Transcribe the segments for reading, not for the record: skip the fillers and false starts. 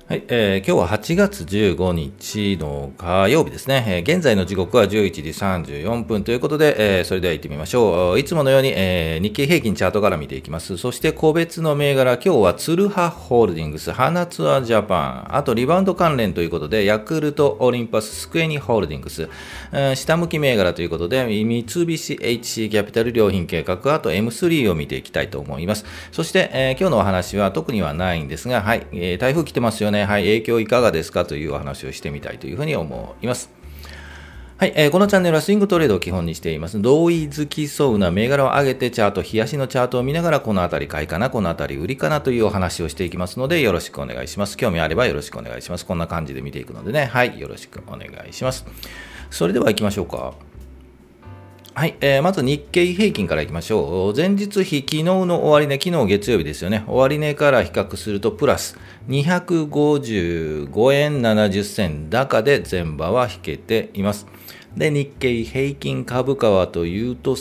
はい、今日は8月15日の火曜日ですね。現在の時刻は11時34分ということで、それでは行ってみましょう。いつものように、日経平均チャートから見ていきます。そして個別の銘柄、今日はツルハホールディングス、ハナツアジャパン、あとリバウンド関連ということで、ヤクルト、オリンパス、スクエニホールディングス、下向き銘柄ということで、三菱 HC キャピタル良品計画、あと M3 を見ていきたいと思います。そして、今日のお話は特にはないんですが、はい、台風来てますよね。はい、影響いかがですかというお話をしてみたいというふうに思います。はい、このチャンネルはスイングトレードを基本にしています。同意づきそうな銘柄を上げてチャート、冷やしのチャートを見ながらこのあたり買いかな、このあたり売りかなというお話をしていきますのでよろしくお願いします。興味あればよろしくお願いします。こんな感じで見ていくのでね、はい、よろしくお願いします。それでは行きましょうか。はい、まず日経平均からいきましょう。前日比、昨日の終値、昨日月曜日ですよね。終値から比較するとプラス255円70銭高で前場は引けています。で、日経平均株価はというと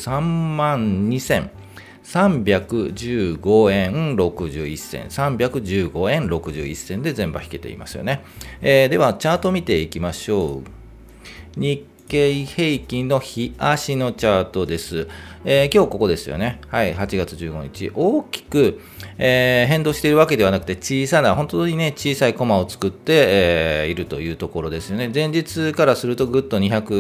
32,315円61銭、315円61銭で前場引けていますよね。では、チャート見ていきましょう。日経平均の日足のチャートです。今日ここですよね。はい、8月15日。大きく、変動しているわけではなくて、小さな、本当にね、小さいコマを作って、いるというところですよね。前日からするとぐっと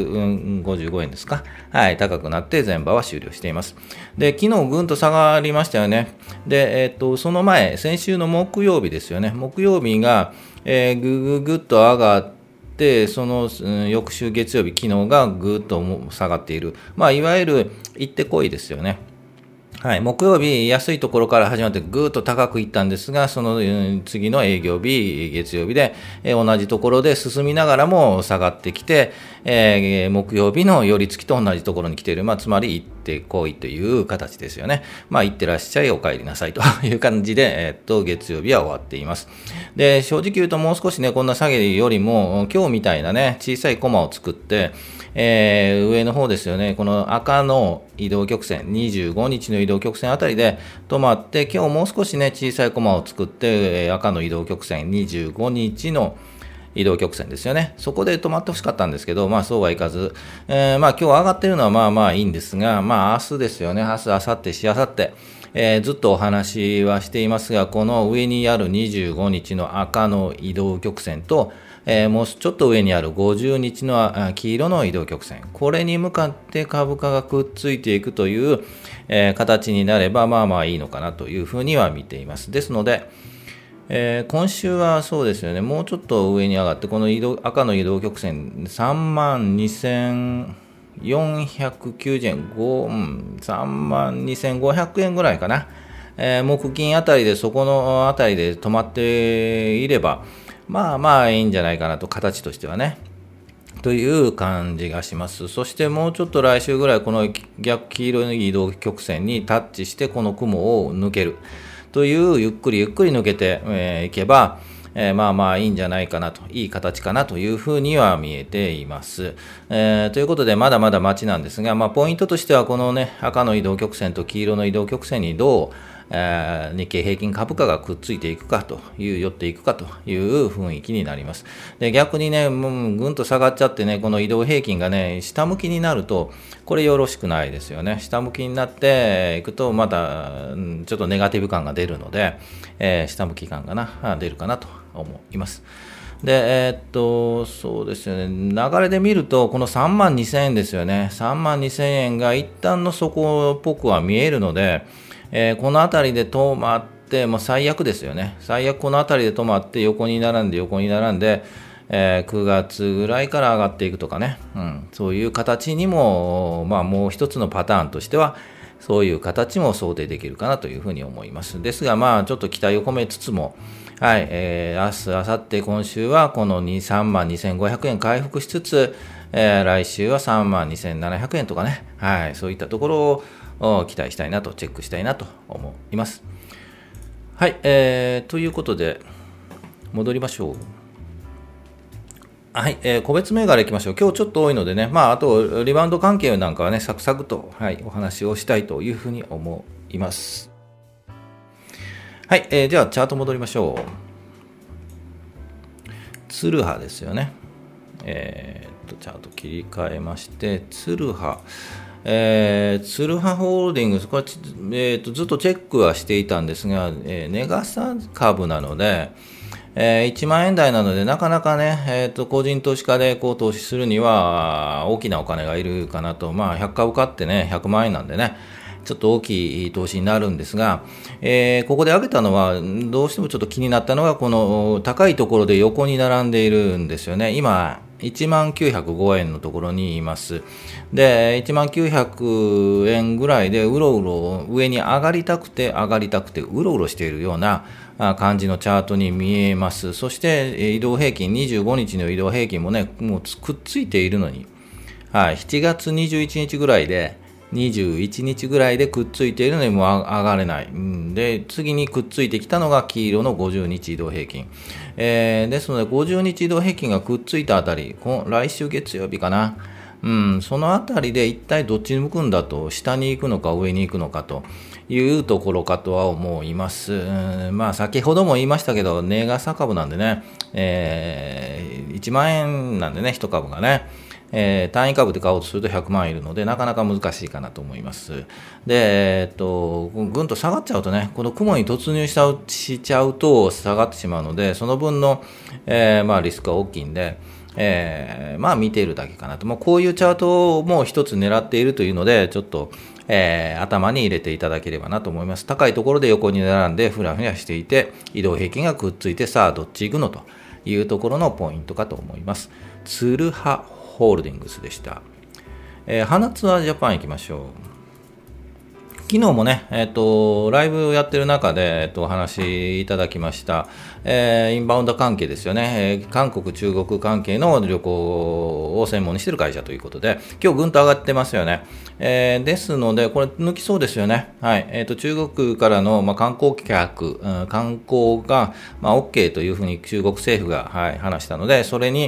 255円ですか。はい、高くなって前場は終了しています。で、昨日ぐんと下がりましたよね。で、その前、先週の木曜日ですよね。木曜日が、ぐっと上がって、その、翌週月曜日、昨日がぐーっと下がっている。まあ、いわゆる行ってこいですよね。はい、木曜日、安いところから始まってぐーっと高くいったんですが、その次の営業日、月曜日で、同じところで進みながらも下がってきて、木曜日の寄り付きと同じところに来ている、まあ、つまり行ってこいという形ですよね。まあ、行ってらっしゃい、お帰りなさいという感じで、月曜日は終わっています。で、正直言うともう少しね、こんな下げよりも、今日みたいなね、小さいコマを作って、上の方ですよね、この赤の移動曲線、25日の移動曲線あたりで止まって、今日もう少しね、小さいコマを作って、赤の移動曲線、25日の移動曲線ですよね。そこで止まってほしかったんですけど、まあそうはいかず、まあ今日上がってるのはまあまあいいんですが、まあ明日ですよね、明日、明後日、しあさって、ずっとお話はしていますが、この上にある25日の赤の移動曲線と、もうちょっと上にある50日の黄色の移動曲線、これに向かって株価がくっついていくという、形になれば、まあまあいいのかなというふうには見ています。ですので、今週はそうですよね、もうちょっと上に上がって、この赤の移動曲線、32,490円、32,500円ぐらいかな。木金あたりで、そこのあたりで止まっていれば、まあまあいいんじゃないかなと、形としてはね。という感じがします。そしてもうちょっと来週ぐらい、この逆黄色い移動曲線にタッチして、この雲を抜けるという、ゆっくりゆっくり抜けていけば、まあまあいいんじゃないかなと、いい形かなというふうには見えています。ということで、まだまだ待ちなんですが、まあポイントとしては、このね、赤の移動曲線と黄色の移動曲線にどう、日経平均株価がくっついていくかという、寄っていくかという雰囲気になります。で、逆にね、もうぐんと下がっちゃってね、この移動平均がね、下向きになると、これよろしくないですよね。下向きになっていくと、また、ちょっとネガティブ感が出るので、下向き感が出るかなと思います。で、そうですよね。流れで見ると、この32,000円ですよね。32,000円が一旦の底っぽくは見えるので、この辺りで止まって、もう最悪ですよね。最悪この辺りで止まって、横に並んで、9月ぐらいから上がっていくとかね。そういう形にも、まあもう一つのパターンとしては、そういう形も想定できるかなというふうに思います。ですが、まあちょっと期待を込めつつも、はい、明日、明後日、今週はこの32,500円回復しつつ、来週は32,700円とかね、はい、そういったところを期待したいなと、チェックしたいなと思います。はい、ということで、戻りましょう。はい、個別銘柄いきましょう。今日ちょっと多いのでね、まあ、あと、リバウンド関係なんかはね、サクサクと、はい、お話をしたいというふうに思います。はい、じゃあ、チャート戻りましょう。 ツルハですよね。チャート切り替えまして、ツルハ。ツルハホールディングス、これ、ずっとチェックはしていたんですが、値傘株なので、1万円台なので、なかなかね、個人投資家でこう投資するには、大きなお金がいるかなと、100株買ってね、100万円なんでね、ちょっと大きい投資になるんですが、ここで挙げたのは、どうしてもちょっと気になったのが、この高いところで横に並んでいるんですよね。今、1905円のところにいます。で、1900円ぐらいでうろうろ上に上がりたくてうろうろしているような感じのチャートに見えます。そして移動平均、25日の移動平均もね、もうくっついているのに、はい、7月21日ぐらいで、21日ぐらいでくっついているのにもう上がれない。で、次にくっついてきたのが黄色の50日移動平均。ですので、50日移動平均がくっついたあたり、来週月曜日かな。そのあたりで一体どっちに向くんだと、下に行くのか上に行くのかというところかとは思います。先ほども言いましたけど、値傘株なんでね、1万円なんでね、1株がね。単位株で買おうとすると100万いるので、なかなか難しいかなと思います。で、ぐんと下がっちゃうとね、この雲に突入しちゃうと下がってしまうので、その分の、リスクは大きいんで、見ているだけかなと。もうこういうチャートも一つ狙っているというので、ちょっと、頭に入れていただければなと思います。高いところで横に並んでふらふらしていて、移動平均がくっついて、さあどっち行くのというところのポイントかと思います。ツルハホールディングスでした。花ツアージャパン行きましょう。昨日もね、ライブをやってる中で、お話しいただきました、インバウンド関係ですよね、韓国、中国関係の旅行を専門にしている会社ということで、今日ぐんと上がってますよね。ですので、これ抜きそうですよね。はい。中国からの、観光客、観光が、OK というふうに中国政府が、話したので、それに、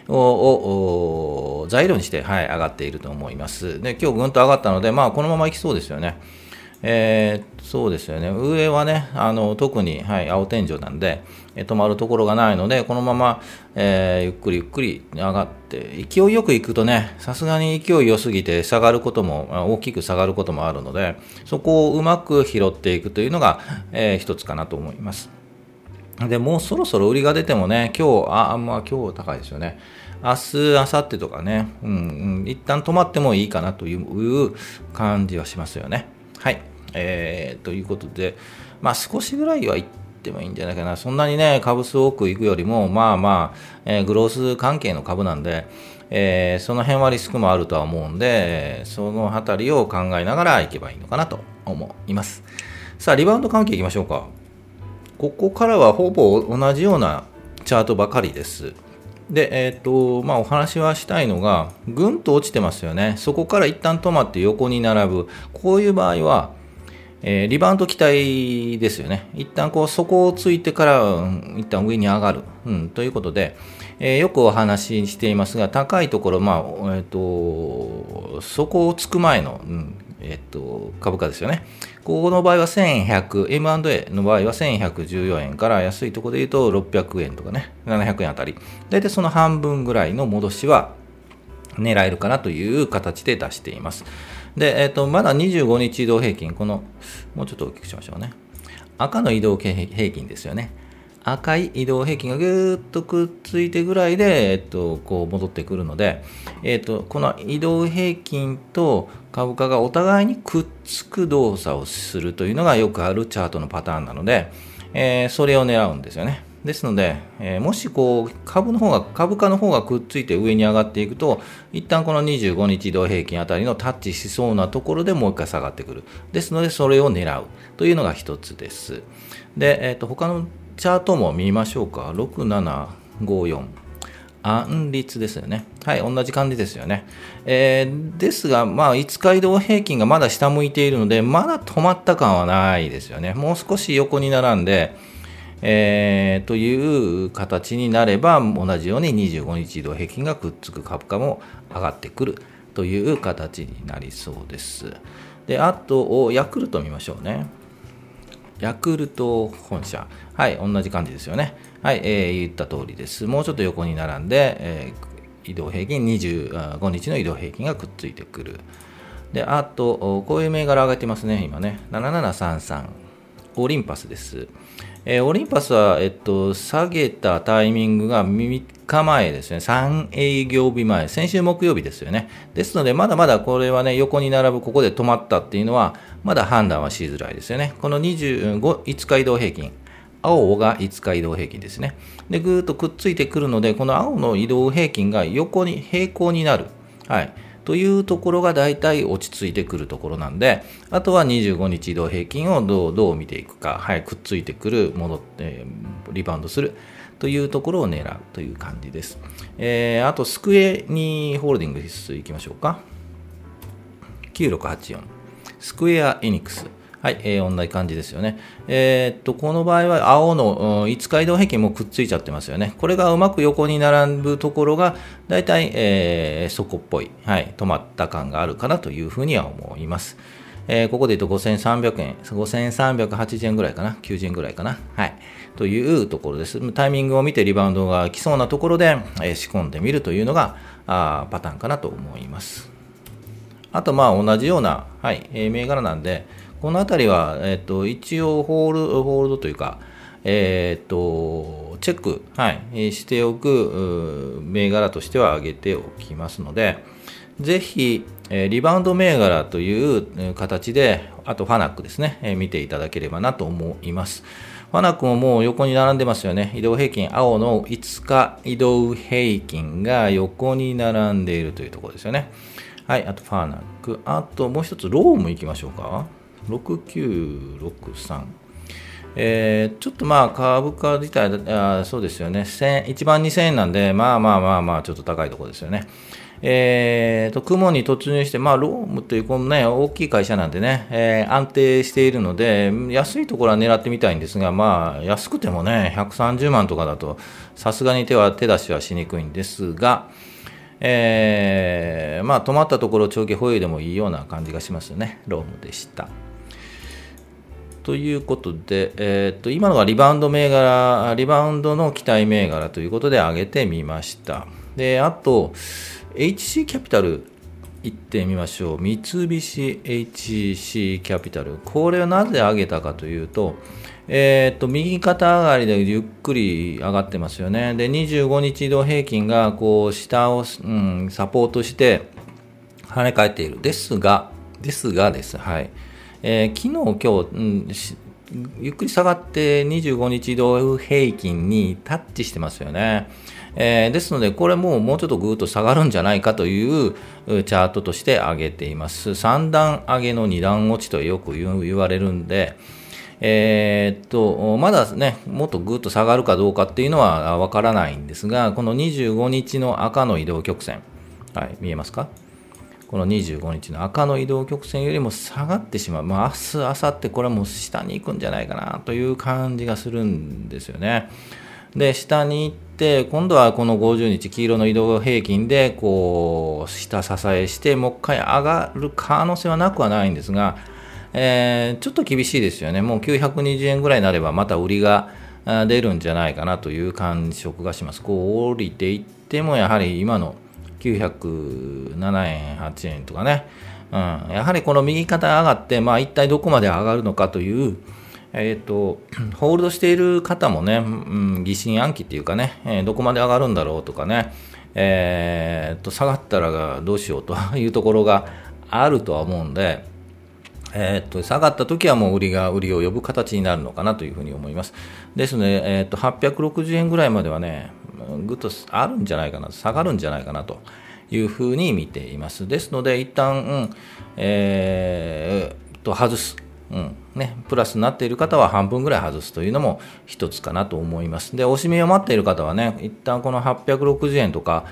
材料にして、上がっていると思います。で、今日ぐんと上がったので、このままいきそうですよね。そうですよね。上はね、特に、青天井なんで、止まるところがないので、このまま、ゆっくりゆっくり上がって、勢いよく行くとね、さすがに勢い良すぎて下がることも、大きく下がることもあるので、そこをうまく拾っていくというのが、一つかなと思います。で、もうそろそろ売りが出てもね、今日高いですよね。明日、明後日とかね、一旦止まってもいいかなという感じはしますよね。はい。ということで、少しぐらいは行ってもいいんじゃないかな。そんなにね、株数多く行くよりも、グロース関係の株なんで、その辺はリスクもあるとは思うんで、そのあたりを考えながら行けばいいのかなと思います。さあ、リバウンド関係行きましょうか。ここからはほぼ同じようなチャートばかりです。で、お話はしたいのが、ぐんと落ちてますよね。そこから一旦止まって横に並ぶ。こういう場合は、リバウンド期待ですよね。一旦底をついてから、一旦上に上がる。ということで、よくお話ししていますが、高いところ、底をつく前の、株価ですよね。ここの場合は1100、M&A の場合は1114円から安いところで言うと600円とかね、700円あたり。大体その半分ぐらいの戻しは狙えるかなという形で出しています。で、まだ25日移動平均、もうちょっと大きくしましょうね。赤の移動平均ですよね。赤い移動平均がぐーっとくっついてぐらいで、戻ってくるので、この移動平均と株価がお互いにくっつく動作をするというのがよくあるチャートのパターンなので、それを狙うんですよね。ですので、もし株価の方がくっついて上に上がっていくと、一旦この25日移動平均あたりのタッチしそうなところでもう一回下がってくる。ですので、それを狙うというのが一つです。で、他のチャートも見ましょうか。6754。安率ですよね。はい、同じ感じですよね。ですが、5日移動平均がまだ下向いているので、まだ止まった感はないですよね。もう少し横に並んで、という形になれば、同じように25日移動平均がくっつく株価も上がってくるという形になりそうです。で、あと、ヤクルト見ましょうね。 ヤクルト本社。はい、同じ感じですよね。はい、言った通りです。もうちょっと横に並んで、移動平均25日の移動平均がくっついてくる。で、あと、こういう銘柄上がってますね、今ね。7733。オリンパスです。オリンパスは、下げたタイミングが3日前ですね。3営業日前。先週木曜日ですよね。ですので、まだまだこれはね、横に並ぶ、ここで止まったっていうのは、まだ判断はしづらいですよね。この5日移動平均。青が5日移動平均ですね。で、ぐーっとくっついてくるので、この青の移動平均が横に平行になる。はい。というところが大体落ち着いてくるところなんで、あとは25日移動平均をどう見ていくか、はい、くっついてくる、戻って、リバウンドするというところを狙うという感じです。あと、スクエニホールディングスいきましょうか。9684。スクエアエニックス。はい、同じ感じですよね。この場合は青の5日移動平均もくっついちゃってますよね。これがうまく横に並ぶところが、だいたい、底っぽい、はい、止まった感があるかなというふうには思います。ここで言うと5300円、5380円ぐらいかな、90円ぐらいかな、はい、というところです。タイミングを見てリバウンドが来そうなところで、仕込んでみるというのがパターンかなと思います。あと、同じような、はい、銘柄なんで、このあたりは、一応ホールドというか、チェック、はい、しておく銘柄としては上げておきますので、ぜひ、リバウンド銘柄という形で、あとファナックですね、見ていただければなと思います。ファナックももう横に並んでますよね。移動平均、青の5日移動平均が横に並んでいるというところですよね。はい、あとファナック、あともう一つロームいきましょうか。6963。ちょっと株価自体、そうですよね。1万2000円なんで、ちょっと高いところですよね。雲に突入して、ロームというこのね、大きい会社なんでね、安定しているので、安いところは狙ってみたいんですが、安くてもね、130万とかだと、さすがに手出しはしにくいんですが、止まったところ長期保有でもいいような感じがしますよね。ロームでした。ということで、今のがリバウンド銘柄、リバウンドの期待銘柄ということで上げてみました。で、あと、HC キャピタル行ってみましょう。三菱 HC キャピタル。これはなぜ上げたかというと、右肩上がりでゆっくり上がってますよね。で、25日移動平均がこう下を、サポートして跳ね返っている。ですがです。はい。昨日、今日、ゆっくり下がって25日移動平均にタッチしてますよね。ですので、これもうちょっとぐーっと下がるんじゃないかというチャートとして上げています。3段上げの2段落ちとよく言われるんで、まだね、もっとぐーっと下がるかどうかっていうのはわからないんですが、この25日の赤の移動曲線、はい、見えますか？この25日の赤の移動曲線よりも下がってしまう。明日、明後日、これはもう下に行くんじゃないかなという感じがするんですよね。で、下に行って、今度はこの50日、黄色の移動平均で、こう、下支えして、もう一回上がる可能性はなくはないんですが、ちょっと厳しいですよね。もう920円ぐらいになれば、また売りが出るんじゃないかなという感触がします。こう、降りていっても、やはり今の907円、8円とかね、やはりこの右肩上がって、一体どこまで上がるのかという、ホールドしている方もね、疑心暗鬼っていうかね、どこまで上がるんだろうとかね、下がったらどうしようというところがあるとは思うんで、下がった時はもう売りを呼ぶ形になるのかなというふうに思います。ですので、860円ぐらいまではね、ぐっとあるんじゃないかな、下がるんじゃないかなというふうに見ています。ですので、一旦、外す。プラスになっている方は半分ぐらい外すというのも一つかなと思います。で、おしめを待っている方はね、一旦この860円とか、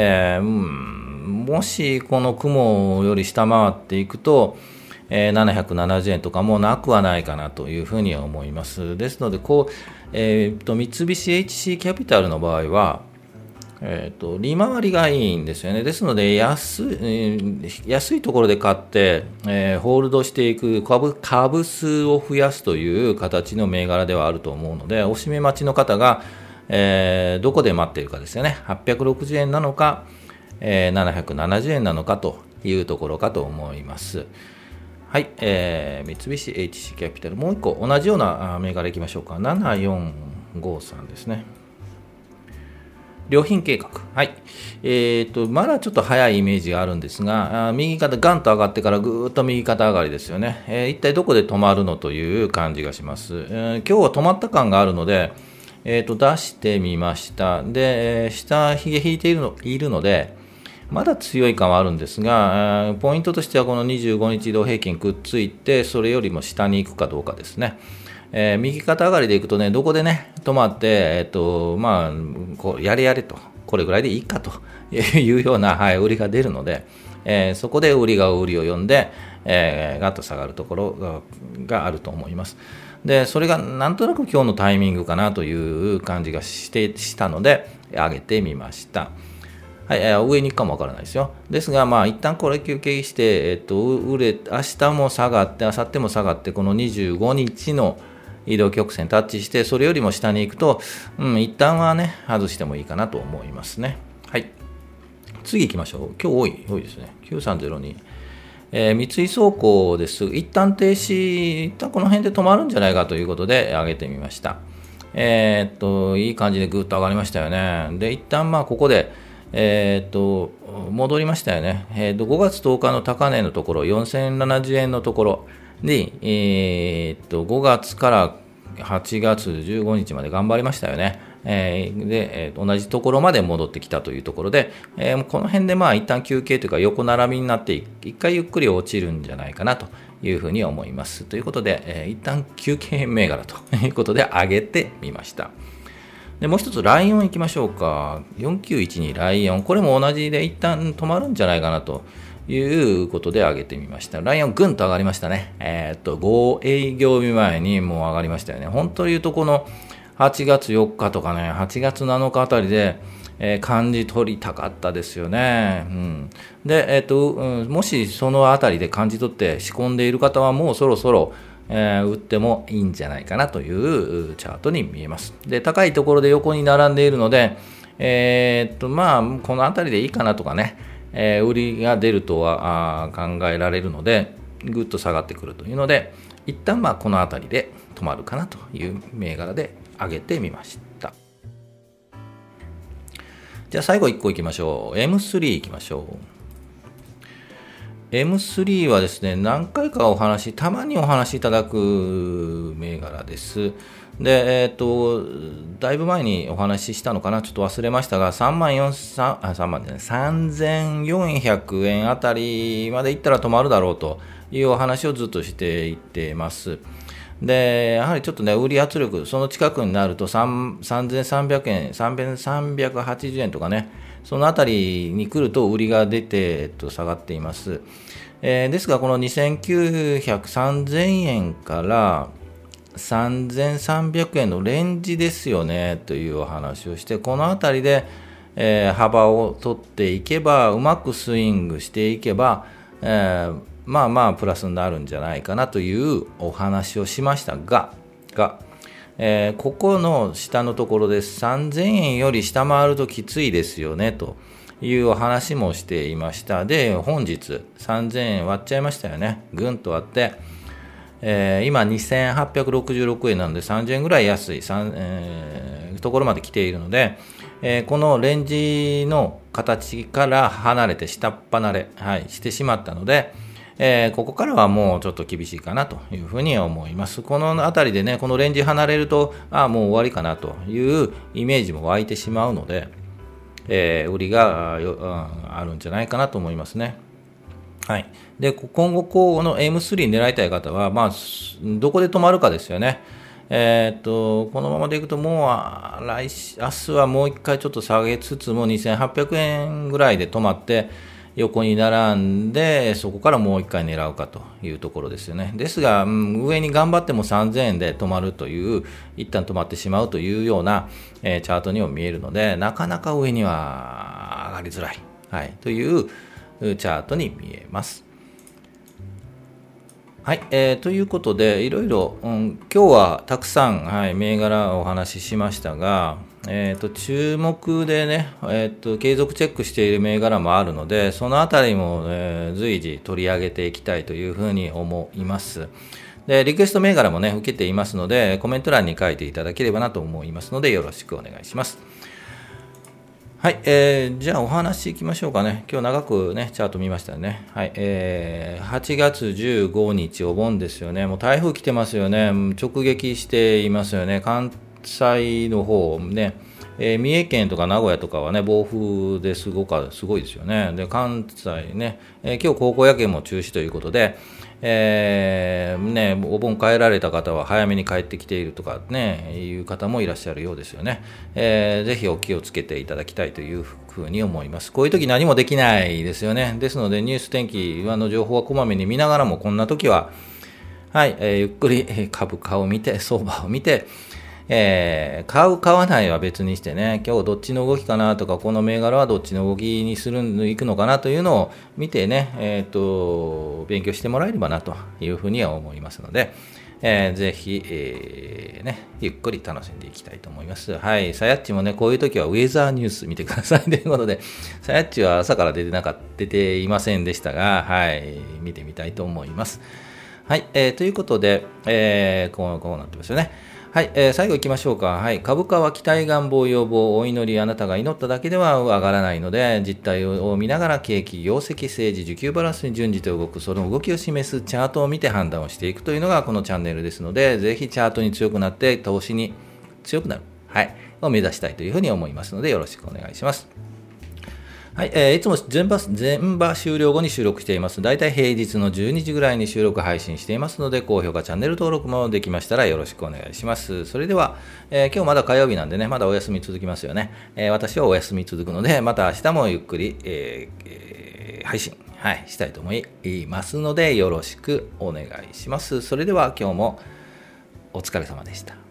もしこの雲より下回っていくと、770円とかもなくはないかなというふうに思います。ですので、三菱 HC キャピタルの場合は、 利回りがいいんですよね。ですので安いところで買って、ホールドしていく株数を増やすという形の銘柄ではあると思うので、おしめ待ちの方が、どこで待っているかですよね。860円なのか、770円なのかというところかと思います。はい、三菱 HC キャピタル、もう一個同じような銘柄いきましょうか。7453ですね。良品計画。はい。まだちょっと早いイメージがあるんですが、右肩ガンと上がってからぐーっと右肩上がりですよね。一体どこで止まるのという感じがします。今日は止まった感があるので、出してみました。で、下髭引いているので、まだ強い感はあるんですが、ポイントとしてはこの25日移動平均くっついて、それよりも下に行くかどうかですね。右肩上がりでいくとね、どこでね、止まって、やれやれと、これぐらいでいいかというような、売りが出るので、そこで売りが売りを読んで、ガッと下がるところがあると思います。で、それがなんとなく今日のタイミングかなという感じがしたので、上げてみました。はい、上に行くかもわからないですよ。ですが、一旦これ休憩して、明日も下がって、明後日も下がって、この25日の移動曲線タッチして、それよりも下に行くと、一旦はね、外してもいいかなと思いますね。はい。次行きましょう。今日多いですね。9302。三井倉庫です。一旦停止、一旦この辺で止まるんじゃないかということで上げてみました。いい感じでぐっと上がりましたよね。で、一旦ここで、戻りましたよね。5月10日の高値のところ、4070円のところに、5月から8月15日まで頑張りましたよね。で、同じところまで戻ってきたというところで、この辺で一旦休憩というか横並びになって一回ゆっくり落ちるんじゃないかなというふうに思います。ということで、一旦休憩銘柄ということで上げてみました。でもう一つライオン行きましょうか。4912ライオン。これも同じで一旦止まるんじゃないかなということで上げてみました。ライオンぐんと上がりましたね。5営業日前にもう上がりましたよね。本当に言うとこの8月4日とかね、8月7日あたりで、感じ取りたかったですよね。で、もしそのあたりで感じ取って仕込んでいる方はもうそろそろ売ってもいいんじゃないかなというチャートに見えます。で、高いところで横に並んでいるので、このあたりでいいかなとかね、売りが出るとは考えられるので、ぐっと下がってくるというので、一旦このあたりで止まるかなという銘柄で上げてみました。じゃあ最後1個いきましょう。M3 いきましょう。M3 はですね、何回かたまにお話しいただく銘柄です。で、だいぶ前にお話ししたのかな、ちょっと忘れましたが、3400円あたりまでいったら止まるだろうというお話をずっとしていっています。で、やはりちょっとね、売り圧力、その近くになると3300円、3380円とかね、そのあたりに来ると売りが出て、下がっています。ですが、この2900、3000円から3300円のレンジですよね、というお話をして、このあたりで、幅を取っていけば、うまくスイングしていけば、プラスになるんじゃないかなというお話をしましたが、ここの下のところで3000円より下回るときついですよねというお話もしていました。で、本日3000円割っちゃいましたよね。ぐんと割って、今2866円なので30円ぐらい安い、ところまで来ているので、このレンジの形から離れて下っ離れ、してしまったので、ここからはもうちょっと厳しいかなというふうに思います。このあたりでね、このレンジ離れると、もう終わりかなというイメージも湧いてしまうので、売りがあるんじゃないかなと思いますね。はい。で、今後、この M3 狙いたい方は、どこで止まるかですよね。このままでいくと、もう明日はもう一回ちょっと下げつつも2800円ぐらいで止まって、 横に並んで、そこからもう一回狙うかというところですよね。ですが、上に頑張っても3000円で止まるという、一旦止まってしまうというような、チャートにも見えるので、なかなか上には上がりづらい、はい、というチャートに見えます。はい、ということで、いろいろ、今日はたくさん、はい、銘柄をお話ししましたが、注目でね、継続チェックしている銘柄もあるので、そのあたりも、随時取り上げていきたいというふうに思います。で、リクエスト銘柄もね、受けていますので、コメント欄に書いていただければなと思いますので、よろしくお願いします。はい、じゃあお話いきましょうかね。今日長くね、チャート見ましたね。はい、8月15日お盆ですよね。もう台風来てますよね。直撃していますよね。関西の方ね、三重県とか名古屋とかはね、暴風ですごいですよね。で、関西ね、今日高校野球も中止ということで、お盆帰られた方は早めに帰ってきているとかね、いう方もいらっしゃるようですよね。ぜひお気をつけていただきたいというふうに思います。こういう時何もできないですよね。ですので、ニュース天気の情報はこまめに見ながらも、こんな時は、はい、ゆっくり株価を見て、相場を見て、買う、買わないは別にしてね、今日どっちの動きかなとか、この銘柄はどっちの動きに行くのかなというのを見てね、勉強してもらえればなというふうには思いますので、ぜひ、ゆっくり楽しんでいきたいと思います。はい、さやっちもね、こういう時はウェザーニュース見てくださいということで、さやっちは朝から出ていませんでしたが、はい、見てみたいと思います。はい、ということで、こうなってますよね。はい、最後行きましょうか。はい、株価は期待、願望、要望、お祈り、あなたが祈っただけでは上がらないので、実態を見ながら景気、業績、政治、需給バランスに準じて動く、その動きを示すチャートを見て判断をしていくというのがこのチャンネルですので、ぜひチャートに強くなって投資に強くなる、はい、を目指したいというふうに思いますので、よろしくお願いします。はい、いつも全場終了後に収録しています。だいたい平日の12時ぐらいに収録配信していますので、高評価、チャンネル登録もできましたらよろしくお願いします。それでは、今日まだ火曜日なんでね、まだお休み続きますよね。私はお休み続くので、また明日もゆっくり、配信、はい、したいと思いますので、よろしくお願いします。それでは今日もお疲れ様でした。